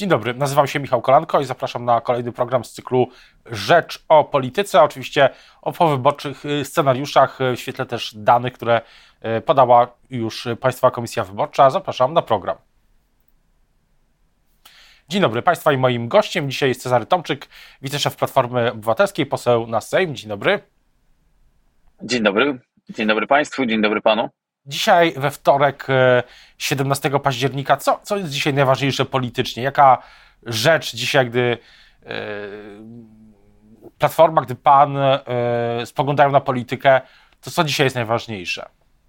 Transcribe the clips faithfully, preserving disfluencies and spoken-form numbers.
Dzień dobry, nazywam się Michał Kolanko i zapraszam na kolejny program z cyklu Rzecz o polityce, oczywiście o powyborczych scenariuszach, w świetle też danych, które podała już Państwowa Komisja Wyborcza. Zapraszam na program. Dzień dobry Państwa i moim gościem dzisiaj jest Cezary Tomczyk, wiceszef Platformy Obywatelskiej, poseł na Sejm. Dzień dobry. Dzień dobry, dzień dobry Państwu, dzień dobry Panu. Dzisiaj we wtorek, siedemnastego października, co, co jest dzisiaj najważniejsze politycznie? Jaka rzecz dzisiaj, gdy yy, Platforma, gdy Pan yy, spoglądają na politykę, to co dzisiaj jest najważniejsze?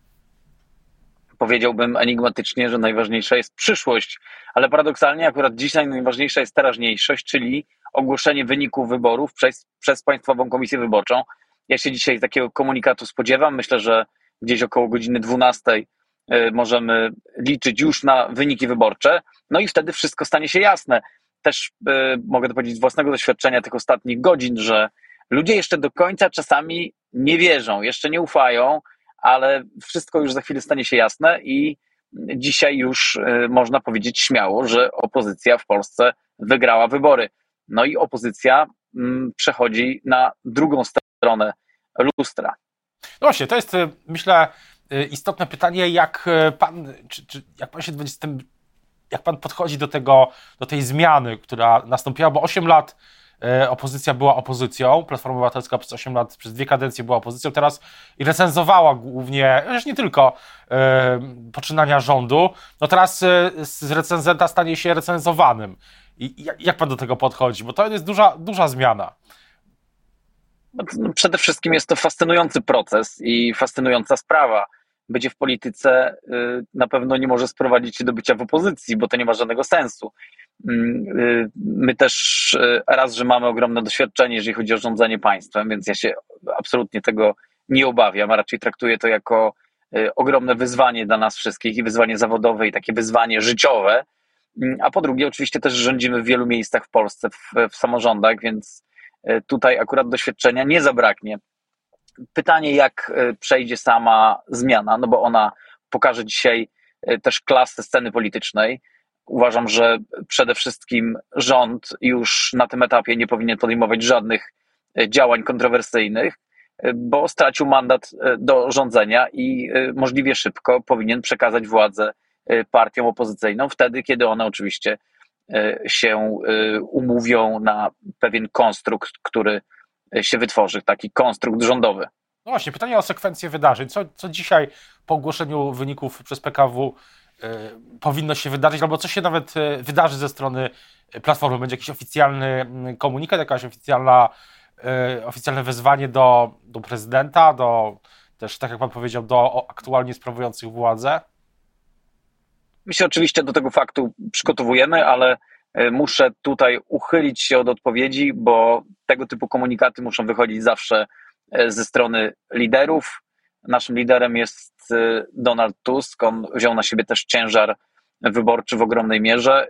Powiedziałbym enigmatycznie, że najważniejsza jest przyszłość, ale paradoksalnie akurat dzisiaj najważniejsza jest teraźniejszość, czyli ogłoszenie wyników wyborów przez, przez Państwową Komisję Wyborczą. Ja się dzisiaj takiego komunikatu spodziewam. Myślę, że gdzieś około godziny dwunastej możemy liczyć już na wyniki wyborcze, no i wtedy wszystko stanie się jasne. Też y, mogę to powiedzieć z własnego doświadczenia tych ostatnich godzin, że ludzie jeszcze do końca czasami nie wierzą, jeszcze nie ufają, ale wszystko już za chwilę stanie się jasne i dzisiaj już y, można powiedzieć śmiało, że opozycja w Polsce wygrała wybory. No i opozycja y, przechodzi na drugą stronę lustra. No właśnie, to jest, myślę, istotne pytanie, jak pan, czy, czy jak pan się z tym, jak pan podchodzi do tego, do tej zmiany, która nastąpiła, bo osiem lat opozycja była opozycją, Platforma Obywatelska przez osiem lat, przez dwie kadencje była opozycją, teraz i recenzowała głównie, też nie tylko e, poczynania rządu, no teraz e, z recenzenta stanie się recenzowanym. I jak, jak pan do tego podchodzi? Bo to jest duża, duża zmiana. Przede wszystkim jest to fascynujący proces i fascynująca sprawa. Bycie w polityce na pewno nie może sprowadzić się do bycia w opozycji, bo to nie ma żadnego sensu. My też raz, że mamy ogromne doświadczenie, jeżeli chodzi o rządzenie państwem, więc ja się absolutnie tego nie obawiam, a raczej traktuję to jako ogromne wyzwanie dla nas wszystkich i wyzwanie zawodowe i takie wyzwanie życiowe. A po drugie, oczywiście też rządzimy w wielu miejscach w Polsce, w, w samorządach, więc tutaj akurat doświadczenia nie zabraknie. Pytanie, jak przejdzie sama zmiana, no bo ona pokaże dzisiaj też klasę sceny politycznej. Uważam, że przede wszystkim rząd już na tym etapie nie powinien podejmować żadnych działań kontrowersyjnych, bo stracił mandat do rządzenia i możliwie szybko powinien przekazać władzę partiom opozycyjnym, wtedy, kiedy one oczywiście się umówią na pewien konstrukt, który się wytworzy, taki konstrukt rządowy. No właśnie, pytanie o sekwencję wydarzeń. Co, co dzisiaj po ogłoszeniu wyników przez P K W y, powinno się wydarzyć, albo co się nawet y, wydarzy ze strony Platformy? Będzie jakiś oficjalny komunikat, jakaś oficjalna, y, oficjalne wezwanie do, do prezydenta, do też, tak jak pan powiedział, do aktualnie sprawujących władzę? My się oczywiście do tego faktu przygotowujemy, ale muszę tutaj uchylić się od odpowiedzi, bo tego typu komunikaty muszą wychodzić zawsze ze strony liderów. Naszym liderem jest Donald Tusk. On wziął na siebie też ciężar wyborczy w ogromnej mierze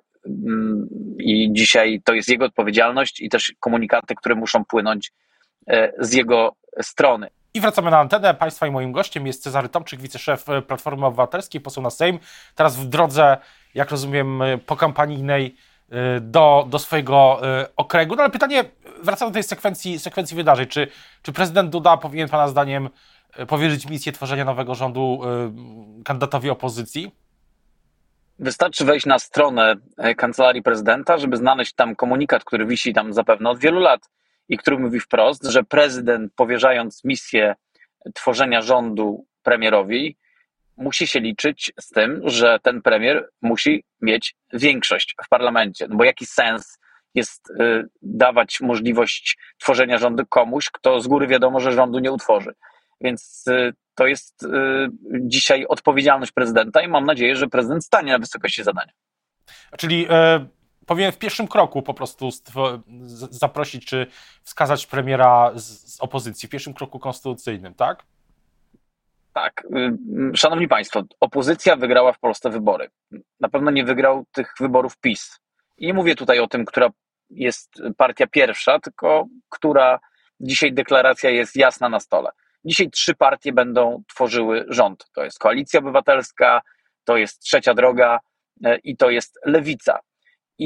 i dzisiaj to jest jego odpowiedzialność i też komunikaty, które muszą płynąć z jego strony. I wracamy na antenę. Państwa i moim gościem jest Cezary Tomczyk, wiceszef Platformy Obywatelskiej, poseł na Sejm. Teraz w drodze, jak rozumiem, pokampanijnej do, do swojego okręgu. No ale pytanie, wracamy do tej sekwencji, sekwencji wydarzeń. Czy, czy prezydent Duda powinien pana zdaniem powierzyć misję tworzenia nowego rządu kandydatowi opozycji? Wystarczy wejść na stronę Kancelarii Prezydenta, żeby znaleźć tam komunikat, który wisi tam zapewne od wielu lat i który mówi wprost, że prezydent, powierzając misję tworzenia rządu premierowi, musi się liczyć z tym, że ten premier musi mieć większość w parlamencie. No bo jaki sens jest y, dawać możliwość tworzenia rządu komuś, kto z góry wiadomo, że rządu nie utworzy. Więc y, to jest y, dzisiaj odpowiedzialność prezydenta i mam nadzieję, że prezydent stanie na wysokości zadania. Czyli y, powinien w pierwszym kroku po prostu stwo- z- zaprosić czy wskazać premiera z, z opozycji, w pierwszym kroku konstytucyjnym, tak? Tak, szanowni państwo, opozycja wygrała w Polsce wybory. Na pewno nie wygrał tych wyborów PiS. I nie mówię tutaj o tym, która jest partia pierwsza, tylko która dzisiaj deklaracja jest jasna na stole. Dzisiaj trzy partie będą tworzyły rząd. To jest Koalicja Obywatelska, to jest Trzecia Droga i to jest Lewica. I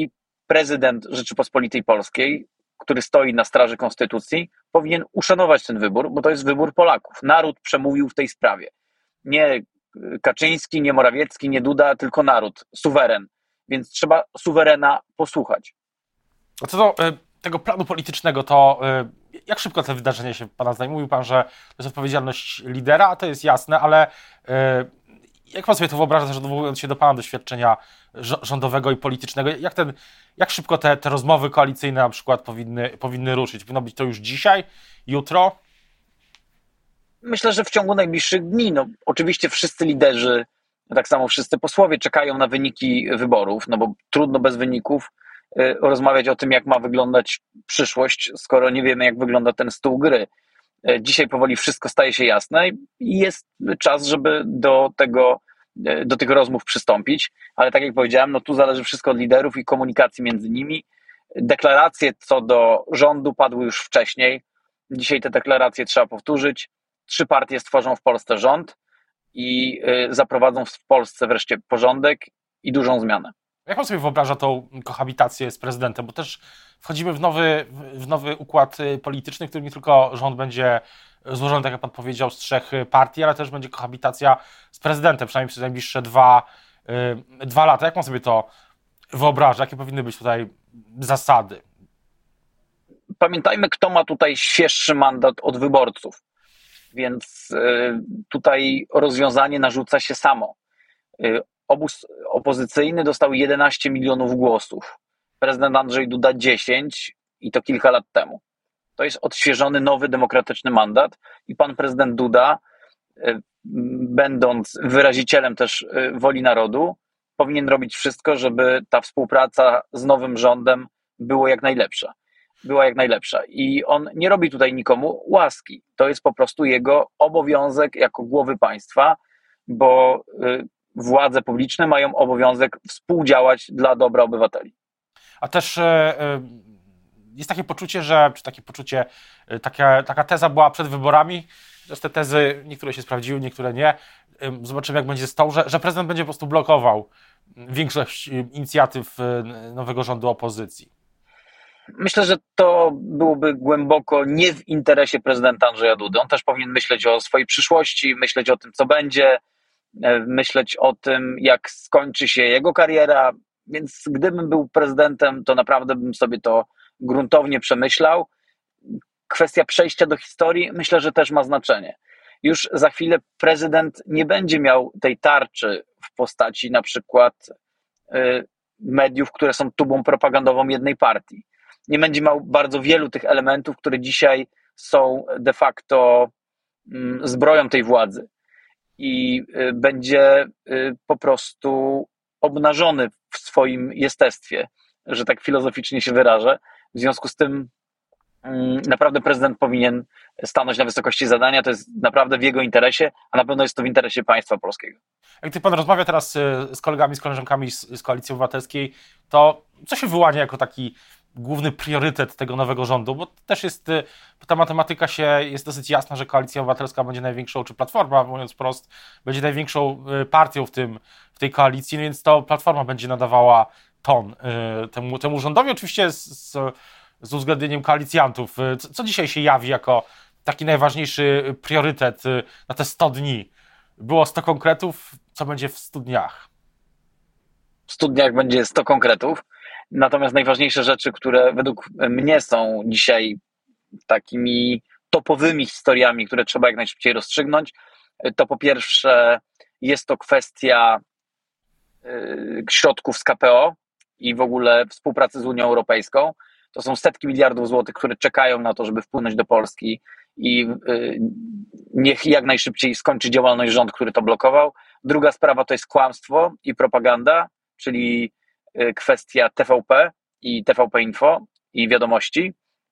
prezydent Rzeczypospolitej Polskiej, który stoi na straży konstytucji, powinien uszanować ten wybór, bo to jest wybór Polaków. Naród przemówił w tej sprawie. Nie Kaczyński, nie Morawiecki, nie Duda, tylko naród, suweren. Więc trzeba suwerena posłuchać. A co do y, tego planu politycznego, to y, jak szybko te wydarzenia się pana zdają? Mówił pan, że to jest odpowiedzialność lidera, a to jest jasne, ale y, jak pan sobie to wyobraża, że odwołując się do pana doświadczenia rządowego i politycznego, jak, ten, jak szybko te, te rozmowy koalicyjne na przykład powinny, powinny ruszyć? Powinno być to już dzisiaj, jutro? Myślę, że w ciągu najbliższych dni. No, oczywiście wszyscy liderzy, tak samo wszyscy posłowie czekają na wyniki wyborów, no bo trudno bez wyników y, rozmawiać o tym, jak ma wyglądać przyszłość, skoro nie wiemy, jak wygląda ten stół gry. Y, dzisiaj powoli wszystko staje się jasne i jest czas, żeby do tego, y, do tych rozmów przystąpić, ale tak jak powiedziałem, no tu zależy wszystko od liderów i komunikacji między nimi. Deklaracje co do rządu padły już wcześniej. Dzisiaj te deklaracje trzeba powtórzyć. Trzy partie stworzą w Polsce rząd i zaprowadzą w Polsce wreszcie porządek i dużą zmianę. Jak pan sobie wyobraża tą kohabitację z prezydentem? Bo też wchodzimy w nowy, w nowy układ polityczny, w którym nie tylko rząd będzie złożony, tak jak pan powiedział, z trzech partii, ale też będzie kohabitacja z prezydentem, przynajmniej przez najbliższe dwa, dwa lata. Jak pan sobie to wyobraża? Jakie powinny być tutaj zasady? Pamiętajmy, kto ma tutaj świeższy mandat od wyborców. Więc tutaj rozwiązanie narzuca się samo. Obóz opozycyjny dostał jedenaście milionów głosów. Prezydent Andrzej Duda dziesięć i to kilka lat temu. To jest odświeżony, nowy, demokratyczny mandat i pan prezydent Duda, będąc wyrazicielem też woli narodu, powinien robić wszystko, żeby ta współpraca z nowym rządem była jak najlepsza. była jak najlepsza. I on nie robi tutaj nikomu łaski. To jest po prostu jego obowiązek jako głowy państwa, bo władze publiczne mają obowiązek współdziałać dla dobra obywateli. A też jest takie poczucie, że, czy takie poczucie, taka, taka teza była przed wyborami, że te tezy niektóre się sprawdziły, niektóre nie. Zobaczymy, jak będzie z tą, że, że prezydent będzie po prostu blokował większość inicjatyw nowego rządu opozycji. Myślę, że to byłoby głęboko nie w interesie prezydenta Andrzeja Dudy. On też powinien myśleć o swojej przyszłości, myśleć o tym, co będzie, myśleć o tym, jak skończy się jego kariera. Więc gdybym był prezydentem, to naprawdę bym sobie to gruntownie przemyślał. Kwestia przejścia do historii myślę, że też ma znaczenie. Już za chwilę prezydent nie będzie miał tej tarczy w postaci na przykład y, mediów, które są tubą propagandową jednej partii. Nie będzie miał bardzo wielu tych elementów, które dzisiaj są de facto mm, zbroją tej władzy. I y, będzie y, po prostu obnażony w swoim jestestwie, że tak filozoficznie się wyrażę. W związku z tym naprawdę prezydent powinien stanąć na wysokości zadania, to jest naprawdę w jego interesie, a na pewno jest to w interesie państwa polskiego. Jak ty pan rozmawia teraz z kolegami, z koleżankami z, z Koalicji Obywatelskiej, to co się wyłania jako taki główny priorytet tego nowego rządu? Bo też jest, ta matematyka się jest dosyć jasna, że Koalicja Obywatelska będzie największą, czy Platforma, mówiąc wprost, będzie największą partią w, tym, w tej koalicji, więc to Platforma będzie nadawała ton temu, temu rządowi, oczywiście z, z z uwzględnieniem koalicjantów. Co, co dzisiaj się jawi jako taki najważniejszy priorytet na te sto dni? Było sto konkretów, co będzie w stu dniach? W stu dniach będzie sto konkretów, natomiast najważniejsze rzeczy, które według mnie są dzisiaj takimi topowymi historiami, które trzeba jak najszybciej rozstrzygnąć, to po pierwsze jest to kwestia środków z K P O i w ogóle współpracy z Unią Europejską. To są setki miliardów złotych, które czekają na to, żeby wpłynąć do Polski i niech jak najszybciej skończy działalność rząd, który to blokował. Druga sprawa to jest kłamstwo i propaganda, czyli kwestia T V P i T V P Info i wiadomości.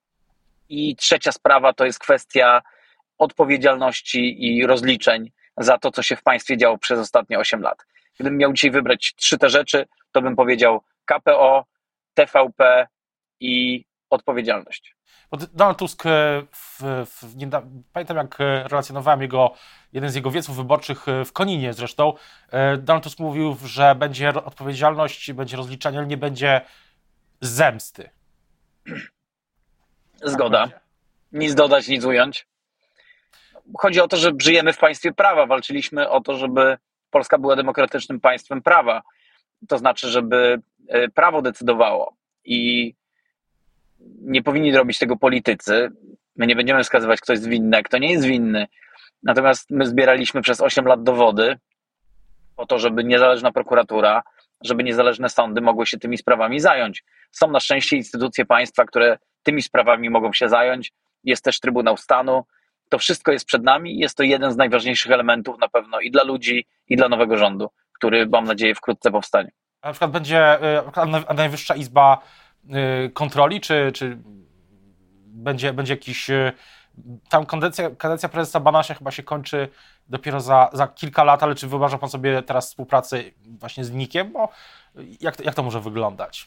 I trzecia sprawa to jest kwestia odpowiedzialności i rozliczeń za to, co się w państwie działo przez ostatnie osiem lat. Gdybym miał dzisiaj wybrać trzy te rzeczy, to bym powiedział K P O, T V P i odpowiedzialność. Bo Donald Tusk, w, w, nie, pamiętam jak relacjonowałem jego, jeden z jego wieców wyborczych w Koninie zresztą, Donald Tusk mówił, że będzie odpowiedzialność, będzie rozliczanie, ale nie będzie zemsty. Zgoda. Nic dodać, nic ująć. Chodzi o to, że żyjemy w państwie prawa. Walczyliśmy o to, żeby Polska była demokratycznym państwem prawa. To znaczy, żeby prawo decydowało i nie powinni robić tego politycy. My nie będziemy wskazywać, kto jest winny, kto nie jest winny. Natomiast my zbieraliśmy przez osiem lat dowody po to, żeby niezależna prokuratura, żeby niezależne sądy mogły się tymi sprawami zająć. Są na szczęście instytucje państwa, które tymi sprawami mogą się zająć. Jest też Trybunał Stanu. To wszystko jest przed nami i jest to jeden z najważniejszych elementów na pewno i dla ludzi, i dla nowego rządu, który, mam nadzieję, wkrótce powstanie. A na przykład będzie a Najwyższa Izba Kontroli, czy, czy będzie, będzie jakiś... Tam kadencja, kadencja prezesa Banasia chyba się kończy dopiero za, za kilka lat, ale czy wyobraża pan sobie teraz współpracę właśnie z NIK-iem? Bo jak, jak to może wyglądać?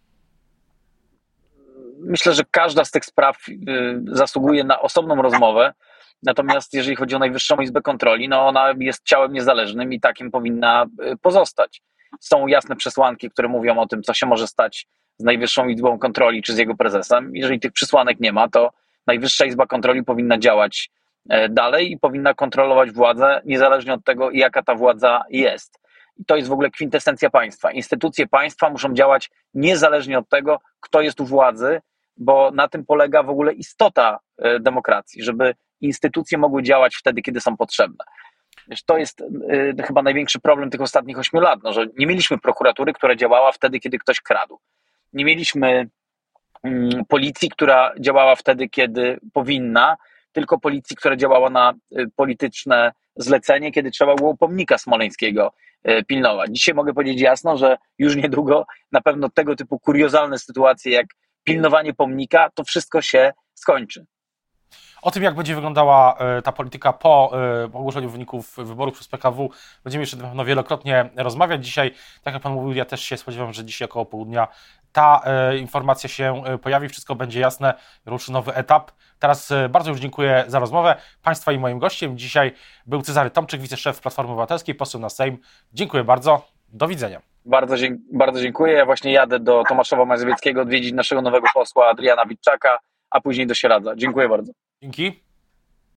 Myślę, że każda z tych spraw zasługuje na osobną rozmowę, natomiast jeżeli chodzi o Najwyższą Izbę Kontroli, no ona jest ciałem niezależnym i takim powinna pozostać. Są jasne przesłanki, które mówią o tym, co się może stać z Najwyższą Izbą Kontroli czy z jego prezesem. Jeżeli tych przesłanek nie ma, to Najwyższa Izba Kontroli powinna działać dalej i powinna kontrolować władzę, niezależnie od tego, jaka ta władza jest. I to jest w ogóle kwintesencja państwa. Instytucje państwa muszą działać niezależnie od tego, kto jest u władzy, bo na tym polega w ogóle istota demokracji, żeby instytucje mogły działać wtedy, kiedy są potrzebne. Wiesz, to jest y, chyba największy problem tych ostatnich ośmiu lat, no, że nie mieliśmy prokuratury, która działała wtedy, kiedy ktoś kradł. Nie mieliśmy y, policji, która działała wtedy, kiedy powinna, tylko policji, która działała na y, polityczne zlecenie, kiedy trzeba było pomnika smoleńskiego y, pilnować. Dzisiaj mogę powiedzieć jasno, że już niedługo na pewno tego typu kuriozalne sytuacje jak pilnowanie pomnika, to wszystko się skończy. O tym, jak będzie wyglądała ta polityka po ogłoszeniu wyników wyborów przez P K W, będziemy jeszcze na pewno wielokrotnie rozmawiać. Dzisiaj, tak jak pan mówił, ja też się spodziewam, że dzisiaj około południa ta informacja się pojawi, wszystko będzie jasne, ruszy nowy etap. Teraz bardzo już dziękuję za rozmowę. Państwa i moim gościem dzisiaj był Cezary Tomczyk, wiceszef Platformy Obywatelskiej, poseł na Sejm. Dziękuję bardzo, do widzenia. Bardzo, bardzo dziękuję. Ja właśnie jadę do Tomaszowa Mazowieckiego odwiedzić naszego nowego posła Adriana Witczaka, a później do Sieradza. Dziękuję bardzo. Dzięki.